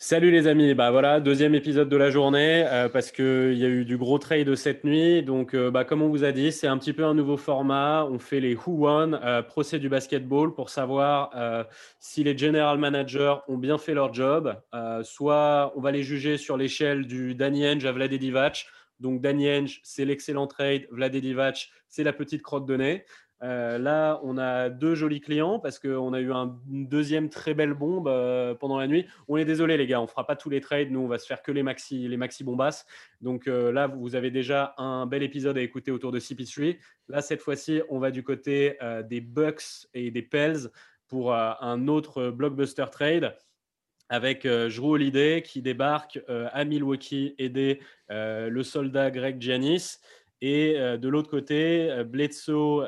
Salut les amis, bah voilà, deuxième épisode de la journée parce qu'il y a eu du gros trade cette nuit. Donc, comme on vous a dit, c'est un petit peu un nouveau format. On fait les Who Won, procès du basketball pour savoir si les general managers ont bien fait leur job. Soit on va les juger sur l'échelle du Danny Ainge à Vlade Divac. Donc, Danny Ainge, c'est l'excellent trade. Vlade Divac, c'est la petite crotte de nez. Là, on a deux jolis clients parce qu'on a eu une deuxième très belle bombe pendant la nuit. On est désolé, les gars, on ne fera pas tous les trades. Nous, on va se faire que les maxi bombasses. Donc là, vous avez déjà un bel épisode à écouter autour de CP3. Là, cette fois-ci, on va du côté des Bucks et des Pels pour un autre blockbuster trade avec Jrue Holiday qui débarque à Milwaukee aider le soldat Greg Giannis. Et de l'autre côté, Bledsoe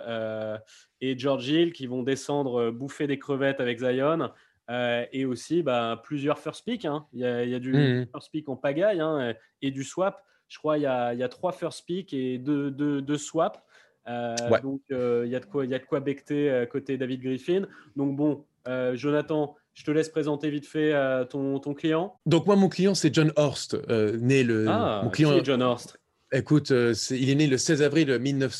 et George Hill qui vont descendre bouffer des crevettes avec Zion. Et aussi plusieurs first pick. Hein. Il y a du Mhm. first pick en pagaille et du swap. Je crois qu'il y a 3 first pick et deux swaps. Ouais. Donc, il y a de quoi becter côté David Griffin. Donc, bon, Jonathan, je te laisse présenter vite fait ton client. Donc moi, mon client, c'est John Horst, mon Ah, qui est client. John Horst? Écoute, il est né le 16 avril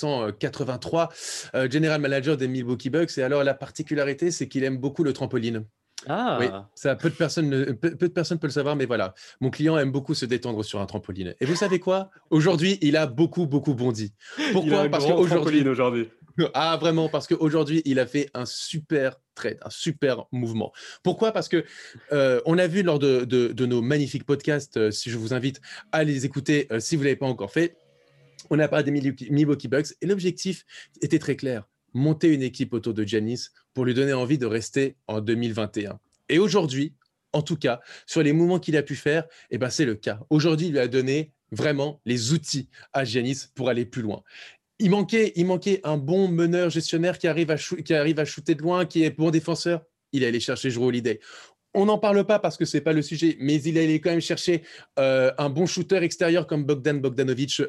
1983, general manager des Milwaukee Bucks. Et alors, la particularité, c'est qu'il aime beaucoup le trampoline. Oui, Ah, ça, peu de personnes peuvent le savoir, mais voilà. Mon client aime beaucoup se détendre sur un trampoline. Et vous savez quoi? Aujourd'hui, il a beaucoup, beaucoup bondi. il a Pourquoi? un Parce grand trampoline qu'aujourd'hui, aujourd'hui. ah, vraiment, parce qu'aujourd'hui, il a fait un super trade, un super mouvement. Pourquoi? Parce que on a vu lors de nos magnifiques podcasts, si je vous invite à les écouter, si vous ne l'avez pas encore fait, on a parlé des Milwaukee Bucks et l'objectif était très clair, monter une équipe autour de Giannis pour lui donner envie de rester en 2021. Et aujourd'hui, en tout cas, sur les mouvements qu'il a pu faire, eh ben, c'est le cas. Aujourd'hui, il lui a donné vraiment les outils à Giannis pour aller plus loin. Il manquait un bon meneur gestionnaire qui arrive à shooter de loin, qui est bon défenseur. Il est allé chercher Jrue Holiday. On n'en parle pas parce que c'est pas le sujet, mais il est allé quand même chercher un bon shooter extérieur comme Bogdanovic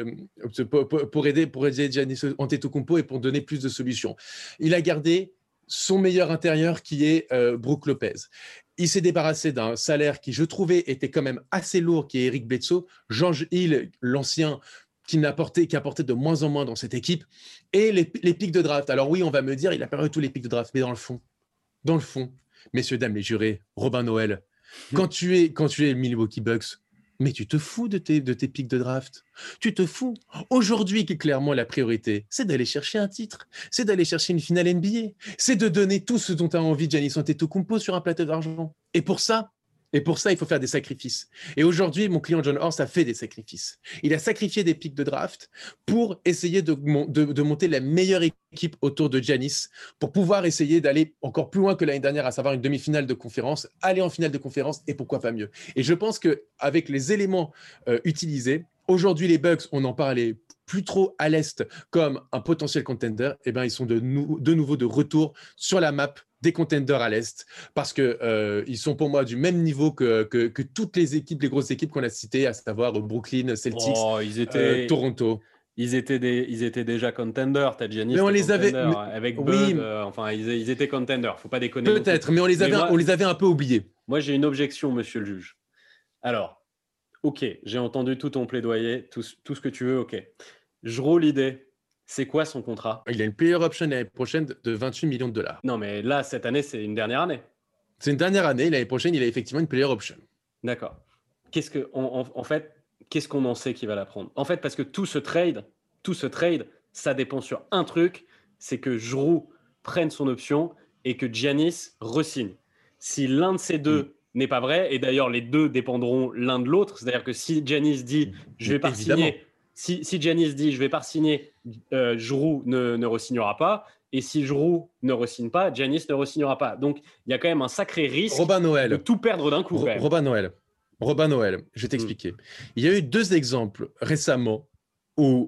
pour aider Giannis Antetokounmpo et pour donner plus de solutions. Il a gardé son meilleur intérieur qui est Brook Lopez. Il s'est débarrassé d'un salaire qui, je trouvais, était quand même assez lourd, qui est Eric Bledsoe. George Hill, l'ancien, qui apportait de moins en moins dans cette équipe, et les pics de draft. Alors oui, on va me dire, il a perdu tous les pics de draft, mais dans le fond, messieurs, dames, les jurés, Robin Noël, quand tu es Milwaukee Bucks, mais tu te fous de tes pics de draft. Tu te fous. Aujourd'hui, clairement, la priorité, c'est d'aller chercher un titre. C'est d'aller chercher une finale NBA. C'est de donner tout ce dont tu as envie, Giannis Antetokounmpo, sur un plateau d'argent. Et pour ça, il faut faire des sacrifices. Et aujourd'hui, mon client John Horst a fait des sacrifices. Il a sacrifié des pics de draft pour essayer de monter la meilleure équipe autour de Giannis, pour pouvoir essayer d'aller encore plus loin que l'année dernière, à savoir une demi-finale de conférence, aller en finale de conférence, et pourquoi pas mieux. Et je pense qu'avec les éléments utilisés, aujourd'hui, les Bucks, on en parlait plus trop à l'Est comme un potentiel contender, eh ben, ils sont de nouveau de retour sur la map des contenders à l'Est, parce que ils sont pour moi du même niveau que toutes les équipes, les grosses équipes qu'on a citées, à savoir Brooklyn, Celtics, Oh, Toronto. ils étaient déjà contenders. T'as Giannis, Mais on t'es les avait, contender. Avec Bud, oui, enfin, ils étaient contenders. Faut pas déconner non plus. peut-être, mais Mais on les avait un peu oubliés. moi j'ai une objection, monsieur le juge. Alors, ok, j'ai entendu tout ton plaidoyer, tout ce que tu veux, ok. Jrue l'idée, c'est quoi son contrat? Il a une player option l'année prochaine de 28 millions de dollars. Non, mais là, cette année, c'est une dernière année. C'est une dernière année, l'année prochaine, il a effectivement une player option. D'accord. En fait, qu'est-ce qu'on en sait qui va la prendre? En fait, parce que tout ce trade, ça dépend sur un truc, c'est que Jrue prenne son option et que Giannis re-signe. Si l'un de ces Mm. deux n'est pas vrai, et d'ailleurs les deux dépendront l'un de l'autre, c'est-à-dire que si Giannis dit je Mais vais pas évidemment. signer, si Giannis dit je vais pas signer, Jrue ne re-signera pas, et si Jrue ne re-signe pas, Giannis ne re-signera pas. Donc il y a quand même un sacré risque Robin de Noël. tout perdre d'un coup quand même. Robin Noël. Robin Noël, je vais Mm. t'expliquer. Il y a eu deux exemples récemment où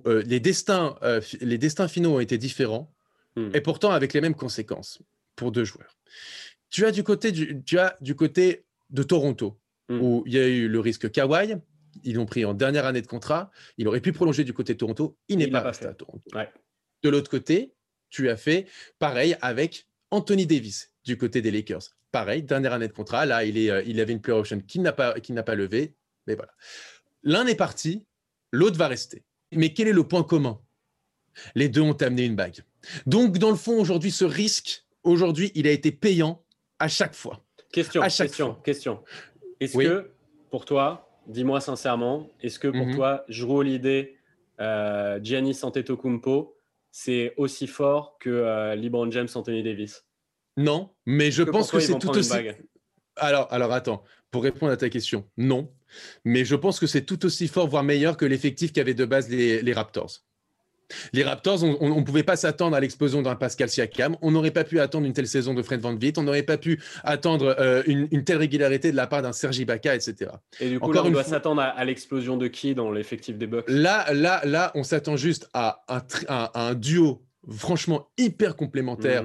les destins finaux ont été différents Mm. et pourtant avec les mêmes conséquences pour deux joueurs. Tu as du côté de Toronto Mm. où il y a eu le risque Kawhi. Ils l'ont pris en dernière année de contrat. Il aurait pu prolonger du côté de Toronto. Il Et n'est il l'a pas pas resté à fait. Toronto. Ouais. De l'autre côté, tu as fait pareil avec Anthony Davis du côté des Lakers. pareil, dernière année de contrat. Là, il avait une player option qu'il n'a pas levée. Mais voilà. L'un est parti, l'autre va rester. Mais quel est le point commun? Les deux ont amené une bague. Donc, dans le fond, aujourd'hui, ce risque, il a été payant à chaque fois. Question. Est-ce que, pour toi, dis-moi sincèrement, est-ce que pour toi, Jrue Holiday, Giannis Antetokounmpo, c'est aussi fort que LeBron James, Anthony Davis? Non, mais je pense que c'est tout aussi... Alors, attends, pour répondre à ta question, non. Mais je pense que c'est tout aussi fort, voire meilleur que l'effectif qu'avaient de base les Raptors. Les Raptors, on ne pouvait pas s'attendre à l'explosion d'un Pascal Siakam. On n'aurait pas pu attendre une telle saison de Fred VanVleet. On n'aurait pas pu attendre une telle régularité de la part d'un Serge Ibaka, etc. Et du coup, là, on doit s'attendre à l'explosion de qui dans l'effectif des Bucks? Là, on s'attend juste à un duo franchement hyper complémentaire,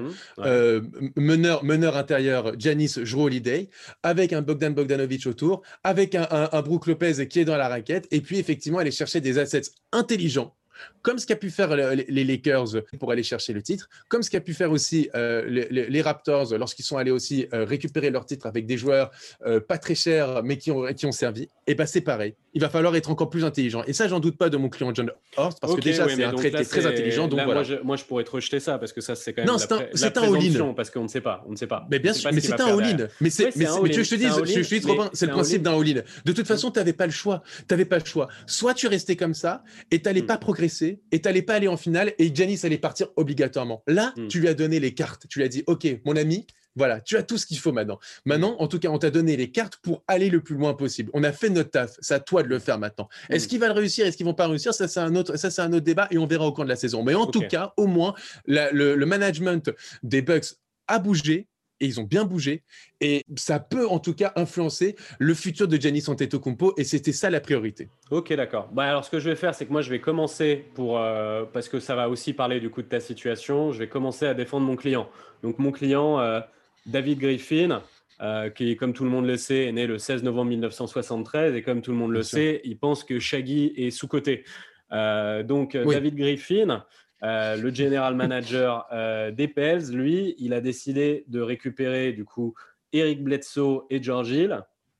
meneur intérieur Giannis, Jrue Holiday, avec un Bogdan Bogdanovic autour, avec un Brook Lopez qui est dans la raquette, et puis effectivement aller chercher des assets intelligents, comme ce qu'a pu faire les Lakers pour aller chercher le titre, comme ce qu'a pu faire aussi les Raptors lorsqu'ils sont allés aussi récupérer leur titre avec des joueurs pas très chers, mais qui ont servi. Et bien, c'est pareil. Il va falloir être encore plus intelligent. Et ça, j'en doute pas de mon client John Horst, parce que déjà, c'est un trade qui est très intelligent. Donc là, voilà. moi, je pourrais te rejeter ça, parce que ça, c'est quand même c'est un all-in. Parce qu'on ne sait pas. Mais bien sûr, mais c'est un all-in. Mais tu veux que je te dise, Robin, c'est le principe d'un all-in. De toute façon, tu n'avais pas le choix. Soit tu restais comme ça, et tu n'allais pas progresser, et tu n'allais pas aller en finale, et Giannis allait partir obligatoirement. Là, tu lui as donné les cartes. Tu lui as dit, OK, mon ami, voilà, tu as tout ce qu'il faut maintenant. Maintenant, en tout cas, on t'a donné les cartes pour aller le plus loin possible. On a fait notre taf. C'est à toi de le faire maintenant. Est-ce qu'ils vont le réussir? Est-ce qu'ils vont pas réussir? Ça, c'est un autre débat et on verra au cours de la saison. Mais en tout cas, au moins, le management des Bucks a bougé. Et ils ont bien bougé, et ça peut en tout cas influencer le futur de Giannis Antetokounmpo, et c'était ça la priorité. Ok, d'accord. Alors, ce que je vais faire, c'est que moi, je vais commencer parce que ça va aussi parler du coup de ta situation, je vais commencer à défendre mon client. Donc, mon client, David Griffin, qui, comme tout le monde le sait, est né le 16 novembre 1973, et comme tout le monde le sait, il pense que Shaggy est sous-coté. David Griffin, le general manager des Pels, lui, il a décidé de récupérer du coup Eric Bledsoe et George Hill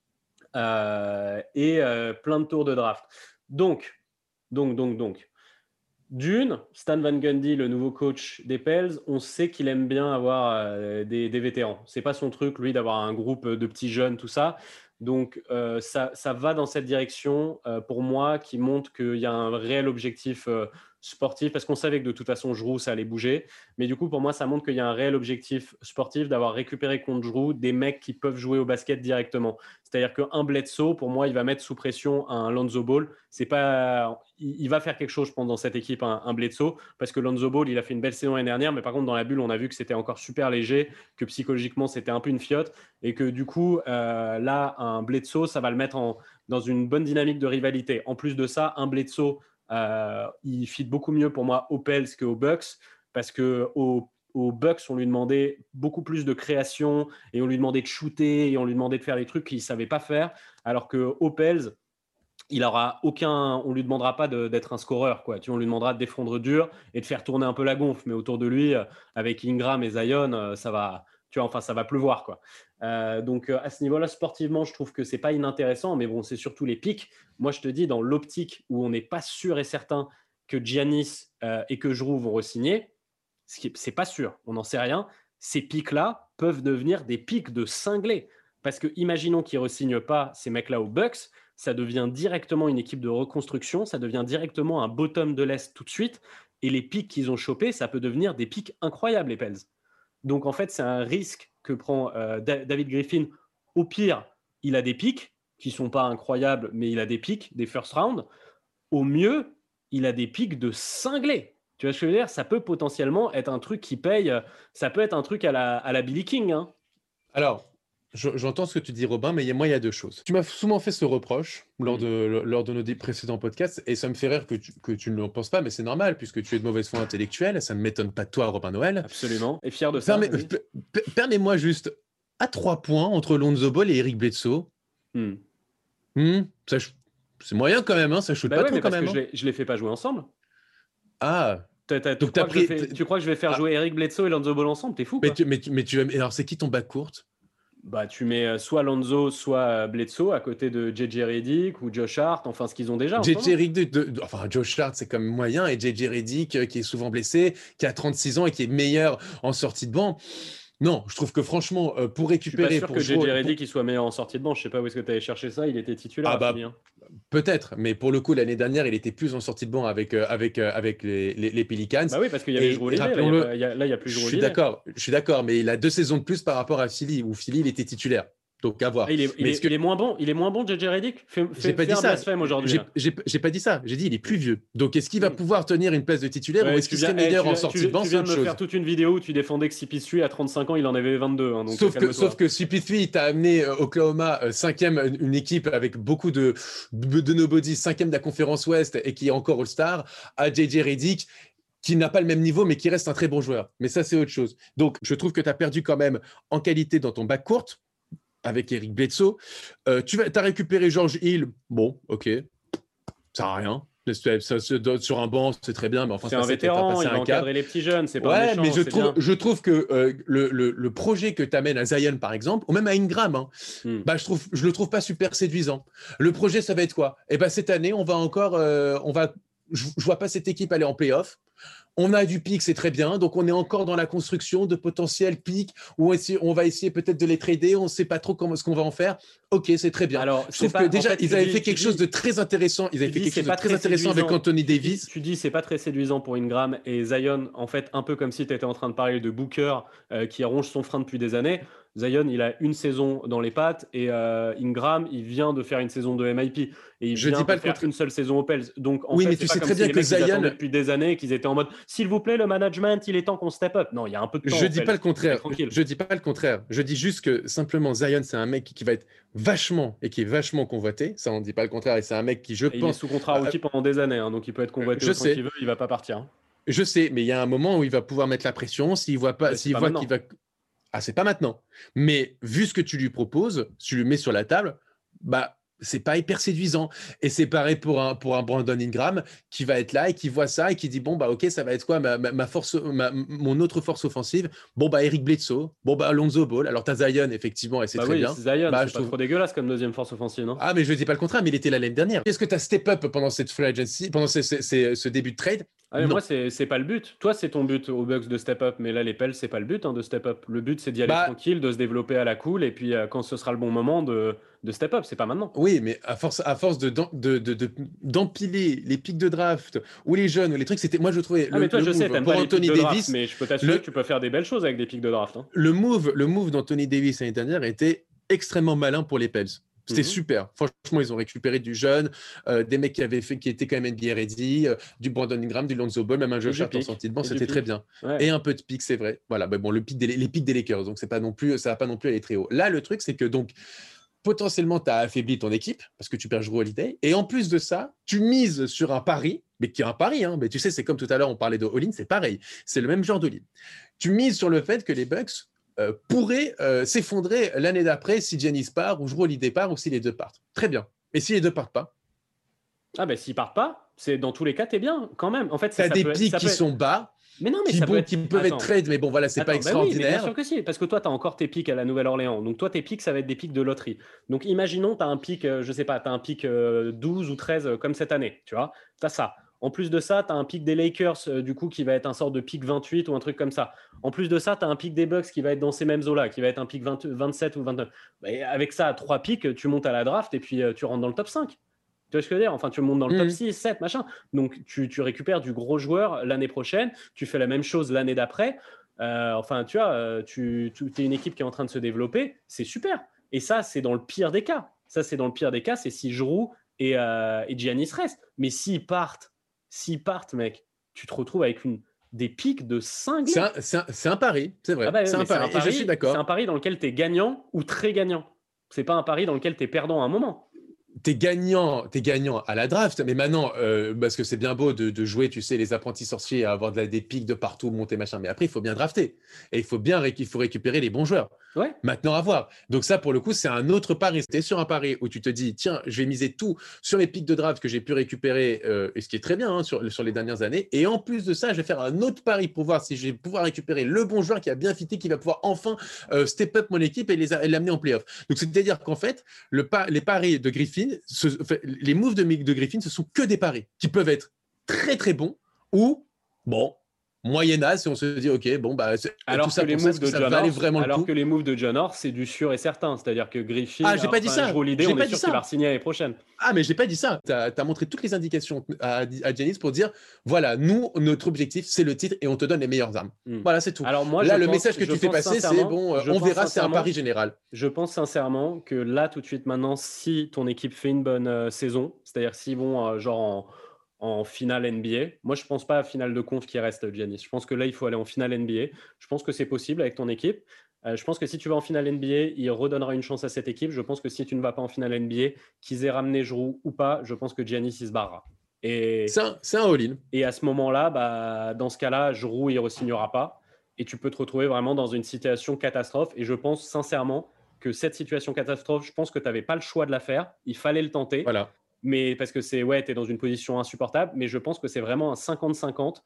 et plein de tours de draft. Donc, d'une, Stan Van Gundy, le nouveau coach des Pels, on sait qu'il aime bien avoir des vétérans. C'est pas son truc, lui, d'avoir un groupe de petits jeunes, tout ça. Donc, ça va dans cette direction, pour moi, qui montre qu'il y a un réel objectif sportif, parce qu'on savait que de toute façon, Jrue, ça allait bouger. Mais du coup, pour moi, ça montre qu'il y a un réel objectif sportif d'avoir récupéré contre Jrue des mecs qui peuvent jouer au basket directement. C'est-à-dire qu'un Bledsoe, pour moi, il va mettre sous pression un Lonzo Ball. C'est pas... Il va faire quelque chose, je pense, dans cette équipe, un Bledsoe, parce que Lonzo Ball, il a fait une belle saison l'année dernière, mais par contre, dans la bulle, on a vu que c'était encore super léger, que psychologiquement, c'était un peu une fiotte, et que du coup, là, un Bledsoe, ça va le mettre dans une bonne dynamique de rivalité. En plus de ça, un Bledsoe, il fit beaucoup mieux pour moi aux Pels qu'aux Bucks, parce qu'aux Bucks, on lui demandait beaucoup plus de création, et on lui demandait de shooter, et on lui demandait de faire les trucs qu'il ne savait pas faire, alors qu'aux Pels, on lui demandera pas d'être un scoreur, quoi. On lui demandera de défendre dur et de faire tourner un peu la gonfle, mais autour de lui, avec Ingram et Zion, ça va pleuvoir, quoi. À ce niveau-là, sportivement, je trouve que c'est pas inintéressant, mais bon, c'est surtout les pics. Moi, je te dis, dans l'optique où on n'est pas sûr et certain que Giannis et que Jrue vont re-signer, c'est pas sûr, on n'en sait rien. Ces pics-là peuvent devenir des pics de cinglés, parce que imaginons qu'ils re-signent pas ces mecs-là aux Bucks, ça devient directement une équipe de reconstruction, ça devient directement un bottom de l'Est tout de suite, et les pics qu'ils ont chopés, ça peut devenir des pics incroyables, les Pels. Donc, en fait, c'est un risque que prend David Griffin. Au pire, il a des pics qui ne sont pas incroyables, mais il a des pics, des first round. Au mieux, il a des pics de cinglés. Tu vois ce que je veux dire? Ça peut potentiellement être un truc qui paye. Ça peut être un truc à la Billy King. Hein. Alors, j'entends ce que tu dis, Robin, mais moi, il y a deux choses. Tu m'as souvent fait ce reproche lors de nos précédents podcasts, et ça me fait rire que tu ne le penses pas, mais c'est normal, puisque tu es de mauvaise foi intellectuelle. Ça ne m'étonne pas de toi, Robin Noël. Absolument, et fier de ça. Permets-moi juste, à 3 points entre Lonzo Ball et Eric Bledsoe, c'est moyen quand même, hein, ça shoot pas trop quand même. Parce que je les fais pas jouer ensemble. Ah, tu crois que je vais faire jouer Eric Bledsoe et Lonzo Ball ensemble? T'es fou, quoi. Alors, c'est qui ton backcourt? Bah, tu mets soit Lonzo, soit Bledsoe à côté de JJ Redick ou Josh Hart, enfin ce qu'ils ont déjà en ce JJ moment. Redick, enfin Josh Hart, c'est comme moyen, et JJ Redick, qui est souvent blessé, qui a 36 ans et qui est meilleur en sortie de banc. Non, je trouve que franchement, pour Je suis pas récupérer, sûr pour que JJ jouer, Redick il soit meilleur en sortie de banc. Je sais pas où est-ce que tu allais chercher ça. Il était titulaire ah à Philly, bah hein. peut-être, mais pour le coup, l'année dernière, il était plus en sortie de banc avec les Pelicans. Bah oui, parce qu'il y avait Et, Jrue et Holiday. rappelons-le, Là, il y a plus je Jrue suis Holiday. d'accord, mais il a 2 saisons de plus par rapport à Philly, où Philly, il était titulaire. Donc, à voir. Ah, Mais est-ce que il est moins bon. Il est moins bon, JJ Redick. j'ai pas Fais dit un ça. blasphème aujourd'hui, là. J'ai pas dit ça. J'ai dit il est plus vieux. Donc, est-ce qu'il va Oui. pouvoir tenir une place de titulaire ou Ouais, est-ce qu'il serait meilleur en sortie de banc? tu C'est viens de autre me faire chose. toute une vidéo où tu défendais que CP3 à 35 ans, il en avait 22. Hein, donc Sauf calme-toi. que CP3 t'a amené Oklahoma cinquième, une équipe avec beaucoup de nobody, cinquième de la conférence Ouest et qui est encore All-Star, à JJ Redick, qui n'a pas le même niveau, mais qui reste un très bon joueur. Mais ça, c'est autre chose. Donc, je trouve que tu as perdu quand même en qualité dans ton backcourt avec Eric Bledsoe. Tu as récupéré George Hill. Bon, ok, ça n'a rien. Sur un banc, c'est très bien, mais enfin, C'est ça, un c'était pas vétéran, passer il va un cap. encadrer les petits jeunes, c'est pas un Ouais, mais méchant, c'est bien. je trouve que le projet que tu amènes à Zion, par exemple, ou même à Ingram, hein, Hmm. bah, je le trouve pas super séduisant. Le projet, ça va être quoi? Eh ben, cette année, on va encore, je vois pas cette équipe aller en playoff. On a du pic, c'est très bien. Donc, on est encore dans la construction de potentiels pics où on va essayer peut-être de les trader. On ne sait pas trop ce qu'on va en faire. Ok, c'est très bien. Alors, Je c'est trouve que pas. En déjà, fait, ils avaient fait quelque chose de très intéressant. Ils avaient tu fait dis quelque c'est chose de pas très très intéressant avec séduisant. Anthony Davis. Tu dis c'est pas très séduisant pour Ingram et Zion, en fait, un peu comme si tu étais en train de parler de Booker qui ronge son frein depuis des années. Zion, il a une saison dans les pattes et Ingram, il vient de faire une saison de MIP et il Je vient dis pas de le faire contraire. une seule saison au Pels. Donc, en Oui, fait, mais c'est tu pas sais comme très si bien les que mecs ils Zion, attendaient depuis des années et qu'ils étaient en mode s'il vous plaît, le management, il est temps qu'on step up. Non, il y a un peu de temps je au dis Pels. pas le Soyez contraire. tranquille. Je dis pas le contraire. Je dis juste que simplement Zion, c'est un mec qui va être vachement et qui est vachement convoité. Ça, on dit pas le contraire. Et c'est un mec qui, je Et il est pense, sous contrat euh, rookie pendant des années, hein, donc il peut être convoité je autant qu'il sais, veut, il va pas partir, hein. je sais, mais il y a un moment où il va pouvoir mettre la pression. S'il voit Ah pas, ben, c'est s'il pas voit qu'il maintenant. va, ah, c'est pas maintenant. Mais vu ce que tu lui proposes, tu le mets sur la table, bah, c'est pas hyper séduisant. Et c'est pareil pour un Brandon Ingram qui va être là et qui voit ça et qui dit bon, bah, ok, ça va être quoi ma force, mon autre force offensive? Bon, bah, Eric Bledsoe, bon, bah, Alonzo Ball. Alors, t'as Zion, effectivement, et c'est Bah très oui, bien. c'est Zion, Bah, c'est je pas trouve. trop dégueulasse comme deuxième force offensive, non? Ah, mais je ne dis pas le contraire, mais il était là l'année dernière. Est-ce que tu as step up pendant cette free agency, pendant ce début de trade? Ah mais moi Non. c'est pas le but. Toi c'est ton but aux Bucks de step up, mais là les Pels c'est pas le but hein, de step up. Le but c'est d'y aller Bah, tranquille, de se développer à la cool et puis quand ce sera le bon moment de step up, c'est pas maintenant. oui, mais à force d'empiler les pics de draft ou les jeunes ou les trucs, c'était, moi je trouvais Ah mais toi le je sais, move t'aimes pas pour les pics Anthony de draft, Davis, mais je peux t'assurer que le, tu peux faire des belles choses avec des pics de draft, hein. le move d'Anthony Davis l'année dernière était extrêmement malin pour les Pels. C'était Mhm. super. Franchement, ils ont récupéré du jeune, des mecs qui étaient quand même NBA ready, du Brandon Ingram, du Lonzo Ball, même un Et Josh du Hart en pic. sortie de banc, Et du c'était très pic. bien. Ouais. Et un peu de pic, c'est vrai. Voilà, bah bon, les pics des Lakers, donc c'est pas non plus, ça va pas non plus aller très haut. Là, le truc, c'est que donc potentiellement, tu as affaibli ton équipe parce que tu perds Jrue Holiday. Et en plus de ça, tu mises sur un pari, mais qui est un pari. Hein, mais tu sais, c'est comme tout à l'heure, on parlait de all-in, c'est pareil. C'est le même genre d'all-in. Tu mises sur le fait que les Bucks pourraient s'effondrer l'année d'après si Giannis part ou Jrue Holiday part ou si les deux partent. Très bien. Et si les deux partent pas, Ah ben s'ils partent pas, c'est dans tous les cas t'es bien quand même. En fait tu as ça des peut pics qui sont bas, mais non mais ça peut qui être peuvent être attends. trade, mais bon, voilà, c'est pas Attends, bah oui, mais bien extraordinaire. sûr que si, parce que toi, tu as encore tes pics à la Nouvelle-Orléans. Donc, toi, tes pics, ça va être des pics de loterie. Donc, imaginons, tu as un pic, je sais pas, tu as un pic 12 ou 13 comme cette année, tu vois. Tu as ça. En plus de ça, tu as un pic des Lakers, du coup, qui va être un sort de pic 28 ou un truc comme ça. En plus de ça, tu as un pic des Bucks qui va être dans ces mêmes eaux-là, qui va être un pic 27 ou 29. Et avec ça, à 3 pics, tu montes à la draft et puis tu rentres dans le top 5. Tu vois ce que je veux dire? Enfin, tu montes dans le top 6, 7, machin. Donc, tu récupères du gros joueur l'année prochaine. Tu fais la même chose l'année d'après. Enfin, tu vois, tu es une équipe qui est en train de se développer. C'est super. Et ça, c'est dans le pire des cas. Ça, c'est dans le pire des cas. C'est si Jrue et Giannis restent. Mais s'ils partent, mec, tu te retrouves avec des pics de cinglés. C'est un pari, c'est Ah vrai. bah, C'est mais un pari. Et je suis c'est un d'accord. pari dans lequel tu es gagnant ou très gagnant. C'est pas un pari dans lequel tu es perdant à un moment. T'es gagnant à la draft, mais maintenant, parce que c'est bien beau de jouer, tu sais, les apprentis sorciers, à avoir des pics de partout, monter, machin, mais après, il faut bien drafter. Et il faut récupérer les bons joueurs. Ouais. Maintenant, à voir. Donc ça, pour le coup, c'est un autre pari. C'était sur un pari où tu te dis, tiens, je vais miser tout sur les pics de draft que j'ai pu récupérer, et ce qui est très bien hein, sur les dernières années. Et en plus de ça, je vais faire un autre pari pour voir si je vais pouvoir récupérer le bon joueur qui a bien fité, qui va pouvoir enfin step up mon équipe et l'amener en playoff. Donc, c'est-à-dire qu'en fait, les paris de Griffin, les moves de Griffin, ce sont que des paris qui peuvent être très, très bons ou, bon, moyen-âge, si on se dit, OK, bon, bah, Alors tout ça que les pour ça, moves est-ce que de ça John valait Horst, vraiment le coup? alors que les moves de John Horst, c'est du sûr et certain. C'est-à-dire que Griffin, Ah, j'ai pas dit ça. je roule l'idée, J'ai on pas est dit sûr qu'il ça. va signer l'année prochaine. Ah, mais j'ai pas dit ça. Tu as montré toutes les indications à Giannis pour dire, voilà, nous, notre objectif, c'est le titre et on te donne les meilleures armes. Voilà, c'est tout. Alors moi, Là, le message que tu fais passer, c'est, bon, on verra, c'est un pari général. Je pense sincèrement que là, tout de suite, maintenant, si ton équipe fait une bonne saison, c'est-à-dire s'ils vont genre en finale NBA, moi, je pense pas à finale de conf qui reste Giannis. Je pense que là, il faut aller en finale NBA. Je pense que c'est possible avec ton équipe. Je pense que si tu vas en finale NBA, il redonnera une chance à cette équipe. Je pense que si tu ne vas pas en finale NBA, qu'ils aient ramené Giroud ou pas, je pense que Giannis, il se barrera. C'est un all-in. Et à ce moment-là, bah, dans ce cas-là, Giroud, il ne re-signera pas. Et tu peux te retrouver vraiment dans une situation catastrophe. Et je pense sincèrement que cette situation catastrophe, je pense que tu n'avais pas le choix de la faire. Il fallait le tenter. Voilà. Mais parce que tu es dans une position insupportable. Mais je pense que c'est vraiment un 50-50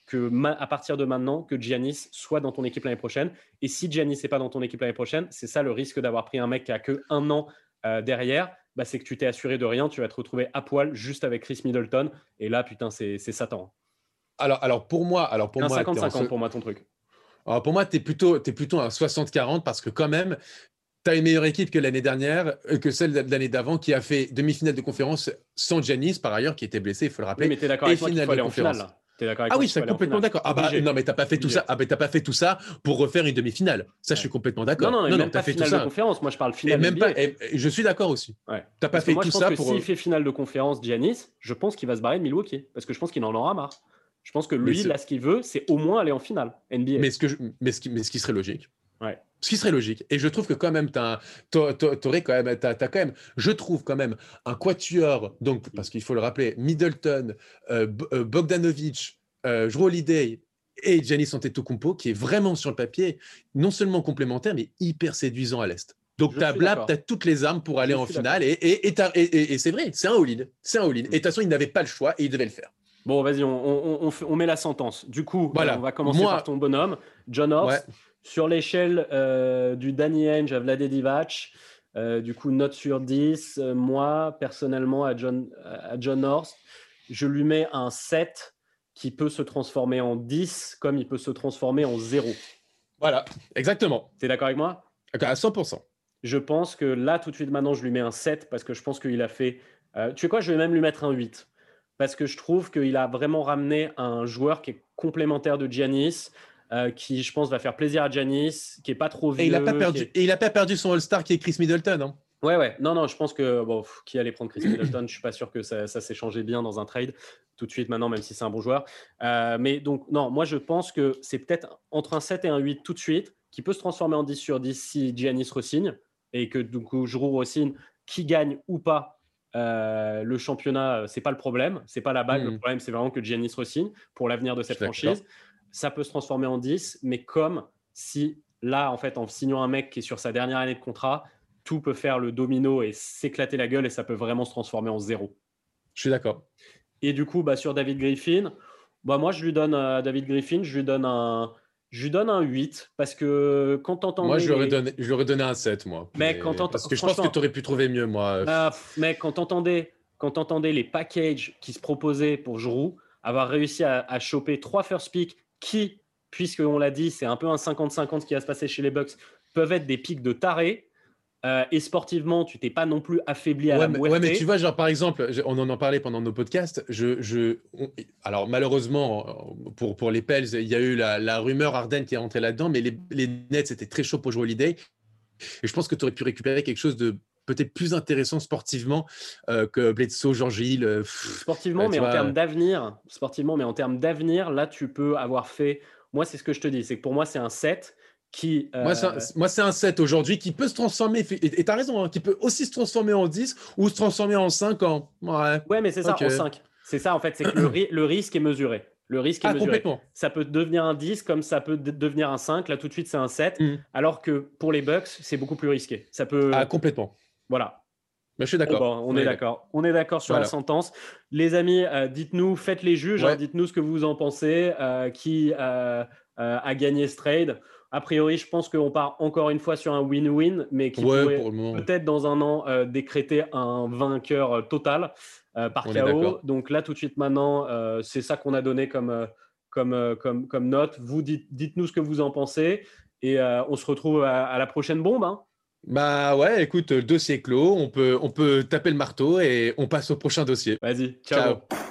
à partir de maintenant, que Giannis soit dans ton équipe l'année prochaine. Et si Giannis n'est pas dans ton équipe l'année prochaine, c'est ça le risque d'avoir pris un mec qui a que 1 an derrière. Bah, c'est que tu t'es assuré de rien. Tu vas te retrouver à poil juste avec Chris Middleton. Et là, putain, c'est Satan. Alors pour moi, un 50-50 pour moi, ton truc. Alors pour moi, t'es plutôt un 60-40 parce que quand même, tu as une meilleure équipe que l'année dernière, que celle de l'année d'avant, qui a fait demi-finale de conférence sans Giannis, par ailleurs, qui était blessé, il faut le rappeler. Oui, mais tu es d'accord avec moi qu'il faut aller en finale, là. Ah oui, je suis complètement d'accord. Ah bah non, mais t'as pas fait tout ça. Ah, mais t'as pas fait tout ça pour refaire une demi-finale. Ça, je suis complètement d'accord. Non, même pas finale de conférence. Moi, je parle finale. Et même pas. Je suis d'accord aussi. Ouais. T'as pas fait tout ça pour. S'il fait finale de conférence, Giannis, je pense qu'il va se barrer de Milwaukee parce que je pense qu'il en aura marre. Je pense que lui, là, ce qu'il veut, c'est au moins aller en finale NBA. Mais ce qui serait logique. Ouais. Ce qui serait logique. Et je trouve que quand même, t'as quand même, je trouve quand même un quatuor, donc, parce qu'il faut le rappeler, Middleton, Bogdanovic, Jrue Holiday et Giannis Antetokounmpo, qui est vraiment sur le papier, non seulement complémentaire, mais hyper séduisant à l'Est. Donc, tu as toutes les armes pour aller en finale. Et c'est vrai, c'est un all-in. C'est un all-in. Et de toute façon, il n'avait pas le choix et il devait le faire. Bon, vas-y, on met la sentence. Du coup, voilà. On va commencer par ton bonhomme, John Horst. Ouais. Sur l'échelle du Danny Ainge à Vlade Divac, du coup, note sur 10. Moi, personnellement, à John Horst, je lui mets un 7 qui peut se transformer en 10 comme il peut se transformer en 0. Voilà, exactement. Tu es d'accord avec moi ? À 100%. Je pense que là, tout de suite, maintenant, je lui mets un 7 parce que je pense qu'il a fait… tu sais quoi, je vais même lui mettre un 8 parce que je trouve qu'il a vraiment ramené un joueur qui est complémentaire de Giannis, qui, je pense, va faire plaisir à Giannis, qui est pas trop vieux. Et il n'a pas perdu son All-Star qui est Chris Middleton. Hein. Ouais. Non, je pense que qui allait prendre Chris Middleton, je suis pas sûr que ça s'est changé bien dans un trade tout de suite maintenant, même si c'est un bon joueur. Mais donc, non, moi, je pense que c'est peut-être entre un 7 et un 8 tout de suite, qui peut se transformer en 10 sur 10 si Giannis re-signe, et que du coup, Giroud re-signe, qui gagne ou pas le championnat, c'est pas le problème, c'est pas la bague, le problème, c'est vraiment que Giannis re-signe pour l'avenir de cette franchise. Ça peut se transformer en 10, mais comme si là, en fait, en signant un mec qui est sur sa dernière année de contrat, tout peut faire le domino et s'éclater la gueule et ça peut vraiment se transformer en 0. Je suis d'accord. Et du coup, sur David Griffin, moi, je lui donne à David Griffin, je lui donne un 8 parce que quand t'entendais… Moi, je lui aurais donné un 7, moi. Parce que je pense que tu aurais pu trouver mieux, moi. Mec, quand t'entendais les packages qui se proposaient pour Giroud, avoir réussi à choper 3 first picks qui, puisqu'on l'a dit, c'est un peu un 50-50 ce qui va se passer chez les Bucks, peuvent être des pics de tarés. Et sportivement, tu t'es pas non plus affaibli à la muerte. Ouais, mais tu vois, genre par exemple, on en parlait pendant nos podcasts. Alors malheureusement, pour les Pels, il y a eu la rumeur Harden qui est rentrée là-dedans, mais les Nets étaient très chauds pour jouer Holiday. Et je pense que tu aurais pu récupérer quelque chose de peut-être plus intéressant sportivement que Bledsoe, George Hill. Sportivement, mais en termes d'avenir, là, tu peux avoir fait… Moi, c'est ce que je te dis. C'est que pour moi, c'est un 7 qui... Moi, c'est un 7 aujourd'hui qui peut se transformer, et tu as raison, hein, qui peut aussi se transformer en 10 ou se transformer en 5 ans. Ouais, mais c'est ça, en 5. C'est ça, en fait, c'est que le risque est mesuré. Le risque est mesuré. Complètement. Ça peut devenir un 10 comme ça peut devenir un 5. Là, tout de suite, c'est un 7. Alors que pour les Bucks, c'est beaucoup plus risqué. Ça peut... complètement. Voilà. Mais je suis d'accord. On est d'accord. On est d'accord sur la sentence. Les amis, dites-nous, faites les juges. Dites-nous ce que vous en pensez. Qui a gagné ce trade. A priori, je pense qu'on part encore une fois sur un win-win, mais qui pourrait peut-être dans un an décréter un vainqueur total par KO. Donc là, tout de suite maintenant, c'est ça qu'on a donné comme note. Vous dites-nous ce que vous en pensez et on se retrouve à la prochaine bombe. Hein. Bah ouais, écoute, le dossier est clos. On peut taper le marteau et on passe au prochain dossier. Vas-y, ciao.